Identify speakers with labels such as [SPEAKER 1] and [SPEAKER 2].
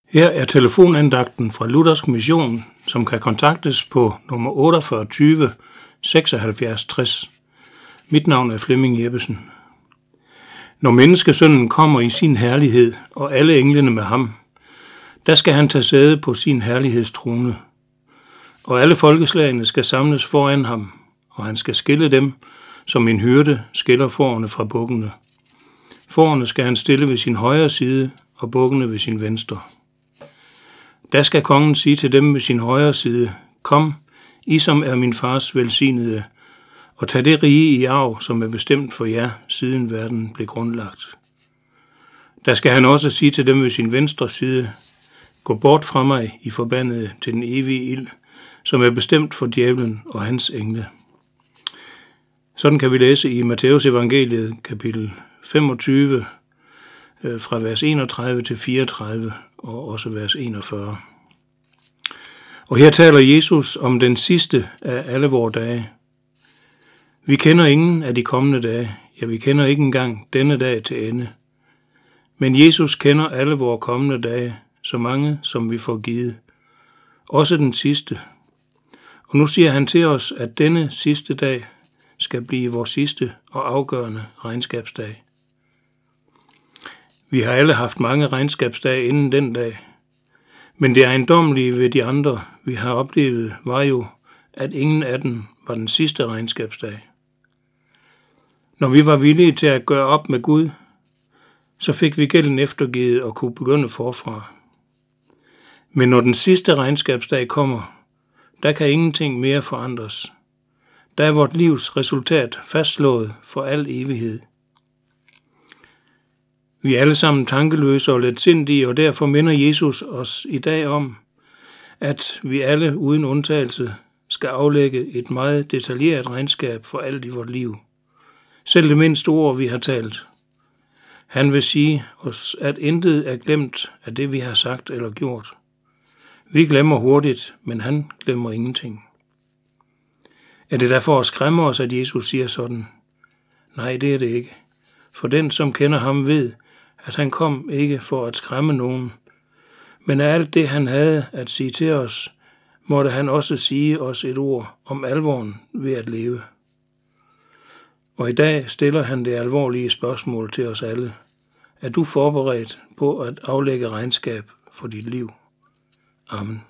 [SPEAKER 1] Her er telefonandagten fra Luthersk Mission, som kan kontaktes på nummer 4820 76 60. Mit navn er Flemming Jeppesen. Når menneskesønnen kommer i sin herlighed, og alle englene med ham, der skal han tage sæde på sin herlighedstrone. Og alle folkeslagene skal samles foran ham, og han skal skille dem, som en hyrde skiller fårene fra bukkene. Fårene skal han stille ved sin højre side, og bukkene ved sin venstre. Der skal kongen sige til dem ved sin højre side: Kom, I som er min fars velsignede, og tag det rige i arv, som er bestemt for jer, siden verden blev grundlagt. Der skal han også sige til dem ved sin venstre side: Gå bort fra mig, I forbandede, til den evige ild, som er bestemt for djævlen og hans engle. Sådan kan vi læse i Matthæus evangeliet, kapitel 25, fra vers 31 til 34, og også vers 41. Og her taler Jesus om den sidste af alle vore dage. Vi kender ingen af de kommende dage, ja, vi kender ikke engang denne dag til ende. Men Jesus kender alle vore kommende dage, så mange som vi får givet. Også den sidste. Og nu siger han til os, at denne sidste dag skal blive vores sidste og afgørende regnskabsdag. Vi har alle haft mange regnskabsdage inden den dag, men det ejendommelige ved de andre, vi har oplevet, var jo, at ingen af dem var den sidste regnskabsdag. Når vi var villige til at gøre op med Gud, så fik vi gælden eftergivet og kunne begynde forfra. Men når den sidste regnskabsdag kommer, der kan ingenting mere forandres. Der er vort livs resultat fastslået for al evighed. Vi er alle sammen tankeløse og letsindige, og derfor minder Jesus os i dag om, at vi alle uden undtagelse skal aflægge et meget detaljeret regnskab for alt i vort liv. Selv det mindste ord, vi har talt. Han vil sige os, at intet er glemt af det, vi har sagt eller gjort. Vi glemmer hurtigt, men han glemmer ingenting. Er det derfor at skræmme os, at Jesus siger sådan? Nej, det er det ikke. For den, som kender ham, ved, at han kom ikke for at skræmme nogen, men af alt det, han havde at sige til os, måtte han også sige os et ord om alvoren ved at leve. Og i dag stiller han det alvorlige spørgsmål til os alle. Er du forberedt på at aflægge regnskab for dit liv? Amen.